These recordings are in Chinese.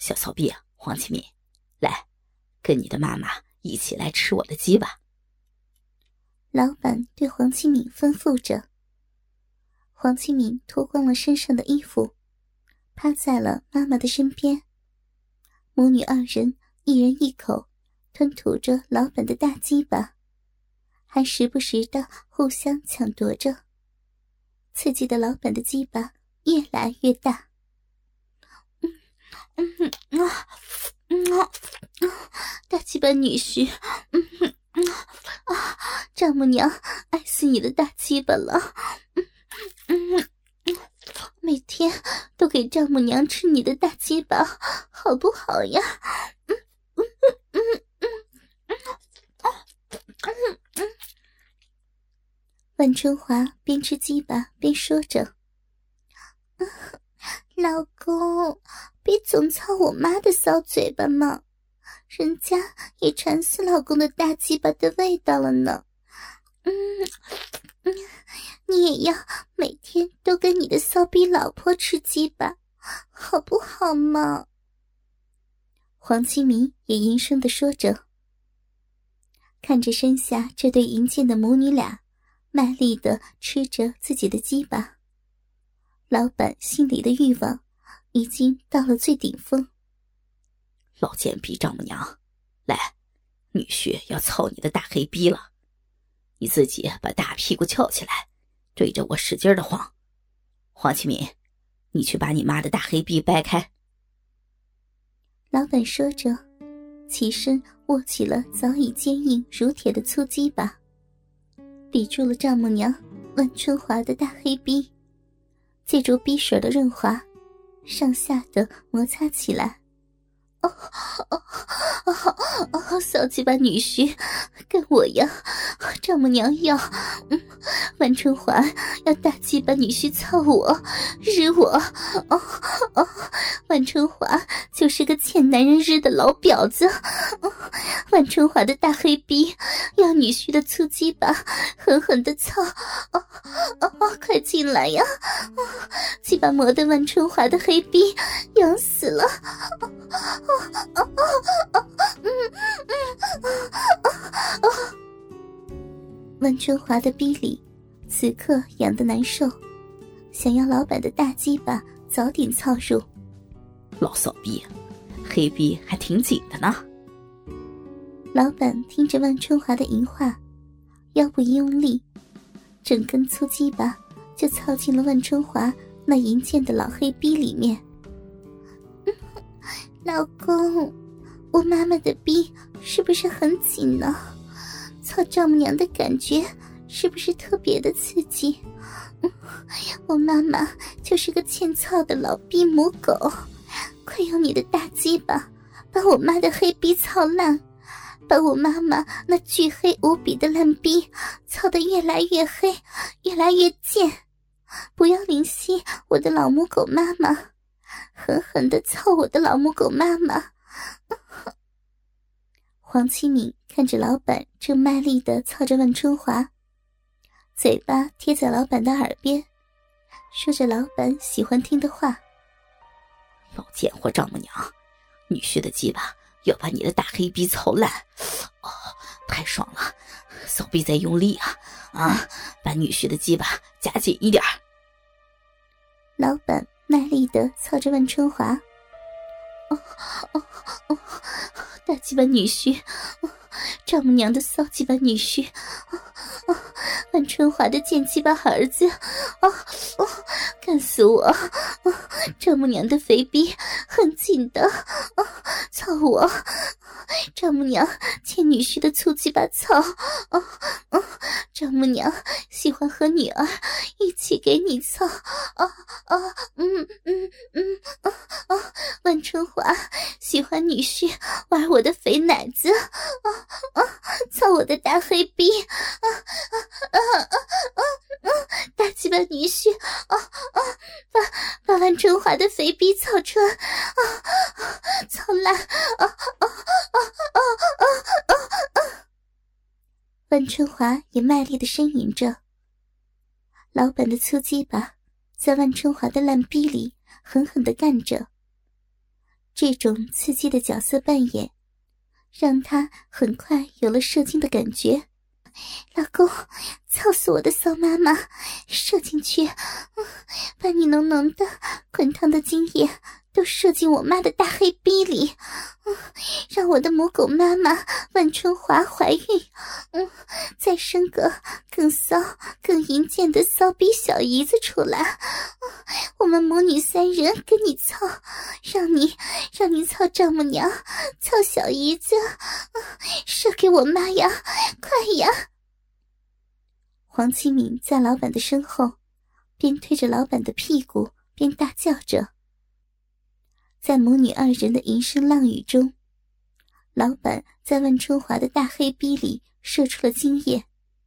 小骚逼黄启敏，来，跟你的妈妈一起来吃我的鸡吧。 老板对黄启敏吩咐着。黄启敏脱光了身上的衣服，趴在了妈妈的身边。母女二人一人一口吞吐着老板的大鸡巴，还时不时的互相抢夺着，刺激的老板的鸡巴越来越大。大鸡巴女婿，丈母娘爱死你的大鸡巴了，每天都给丈母娘吃你的大鸡巴，好不好呀？万春华边吃鸡巴边说着：“老公，别总操我妈的骚嘴巴嘛，人家也馋死老公的大鸡巴的味道了呢。你也要每天都跟你的骚逼老婆吃鸡巴，好不好嘛？”黄启明也阴声地说着，看着身下这对淫贱的母女俩卖力地吃着自己的鸡巴，老板心里的欲望已经到了最顶峰。 老贱逼丈母娘，来，女婿要操你的大黑逼了，你自己把大屁股翘起来，对着我使劲的晃。黄启敏，你去把你妈的大黑逼掰开。 老板说着，起身握起了早已坚硬如铁的粗鸡巴，抵住了丈母娘万春华的大黑逼，借助逼水的润滑，上下的摩擦起来。小鸡巴女婿，跟我呀！丈母娘要，万春华要大鸡巴女婿操我，日我！万春华就是个欠男人日的老婊子！万春华的大黑逼要女婿的粗鸡巴狠狠的操！快进来呀！鸡巴磨的万春华的黑逼痒死了！万春华的逼里此刻痒得难受，想要老板的大鸡巴早点操入。 老骚逼，黑逼还挺紧的呢。 老板听着万春华的淫话，腰部一用力，整根粗鸡巴就操进了万春华那淫贱的老黑逼里面。老公，我妈妈的逼是不是很紧呢？操丈母娘的感觉是不是特别的刺激？我妈妈就是个欠操的老逼母狗，快用你的大鸡巴把我妈的黑逼操烂，把我妈妈那巨黑无比的烂逼操得越来越黑，越来越贱，不要怜惜我的老母狗妈妈，狠狠地操我的老母狗妈妈。黄启敏看着老板正卖力地操着万春华，嘴巴贴在老板的耳边，说着老板喜欢听的话。 老贱货丈母娘，女婿的鸡巴要把你的大黑逼操烂，太爽了，骚逼再用力啊，把女婿的鸡巴夹紧一点。 老板卖力地操着万春华。大鸡巴女婿，丈母娘的骚鸡巴女婿，万春华的贱鸡巴儿子，干死我！丈母娘的肥逼很紧的，操我！丈母娘欠女婿的粗鸡巴操，丈母娘喜欢和女儿一起给你操，万春华喜欢女婿玩我的肥奶子，操我的大黑逼，大鸡巴女婿，把万春华的肥逼操穿，操烂，万春华也卖力地呻吟着，老板的粗鸡巴在万春华的烂逼里狠狠地干着， 这种刺激的角色扮演让他很快有了射精的感觉。老公，操死我的骚妈妈，射进去，把你浓浓的滚烫的精液都射进我妈的大黑逼里，让我的母狗妈妈万春华怀孕，再生个更骚更淫贱的骚逼小姨子出来，我们母女三人跟你操，让你操丈母娘，操小姨子，射给我妈呀，快呀！黄启敏在老板的身后，边推着老板的屁股边大叫着。在母女二人的淫声浪语中，老板在万春华的大黑逼里射出了精液。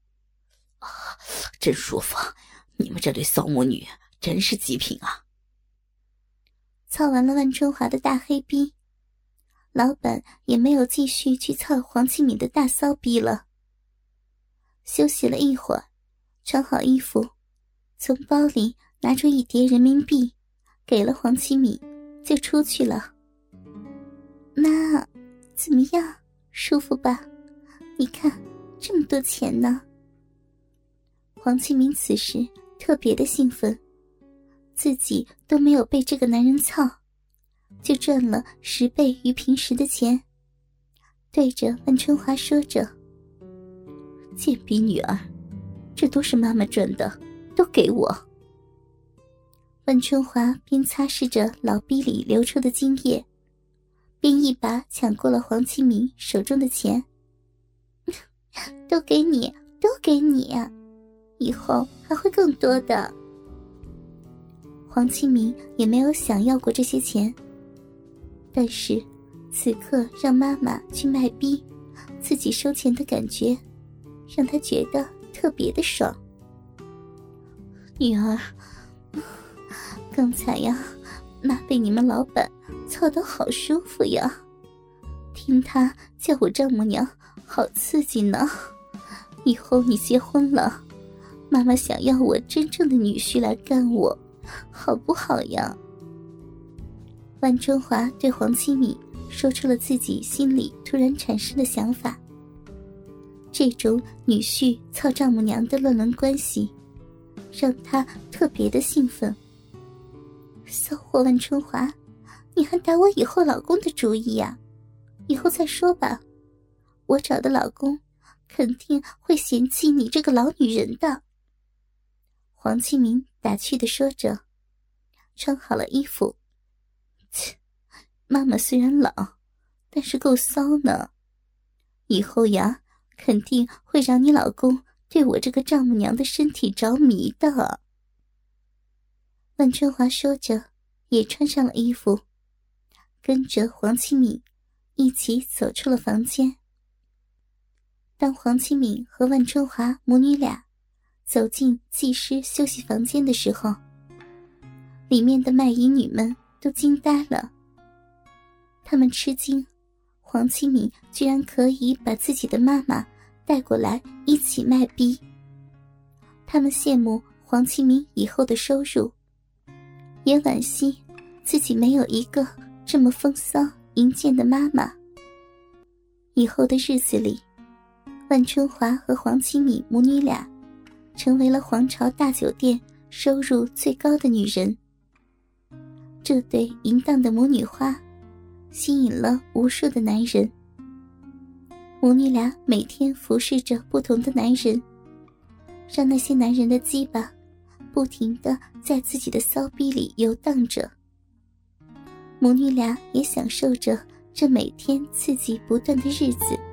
真舒服，你们这对骚母女真是极品啊！ 操完了万春华的大黑逼，老板也没有继续去操黄启敏的大骚逼了。休息了一会儿，穿好衣服，从包里拿出1叠人民币给了黄启敏，就出去了。妈，怎么样，舒服吧？你看这么多钱呢。黄启敏此时特别的兴奋，自己都没有被这个男人操，就赚了10倍于平时的钱，对着万春华说着：贱逼女儿，这都是妈妈赚的，都给我。万春华边擦拭着老逼里流出的精液，便一把抢过了黄启敏手中的钱。都给你，都给你，以后还会更多的。黄启敏也没有想要过这些钱，但是此刻让妈妈去卖逼，自己收钱的感觉让他觉得特别的爽。女儿，刚才呀，妈被你们老板操得好舒服呀，听他叫我丈母娘好刺激呢。以后你结婚了，妈妈想要我真正的女婿来干我，好不好呀？万春华对黄启敏说出了自己心里突然产生的想法。这种女婿操丈母娘的乱伦关系让他特别的兴奋。骚货万春华，你还打我以后老公的主意呀？以后再说吧，我找的老公肯定会嫌弃你这个老女人的。黄启明打趣地说着，穿好了衣服。切，妈妈虽然老，但是够骚呢，以后呀肯定会让你老公对我这个丈母娘的身体着迷的。万春华说着也穿上了衣服，跟着黄启敏一起走出了房间。当黄启敏和万春华母女俩走进技师休息房间的时候，里面的卖淫女们都惊呆了。他们吃惊，黄启敏居然可以把自己的妈妈带过来一起卖逼。他们羡慕黄启敏以后的收入，也惋惜自己没有一个这么风骚淫贱的妈妈。以后的日子里，万春华和黄启敏母女俩成为了皇朝大酒店收入最高的女人。这对淫荡的母女花吸引了无数的男人。母女俩每天服侍着不同的男人，让那些男人的鸡巴不停地在自己的骚逼里游荡着。母女俩也享受着这每天刺激不断的日子。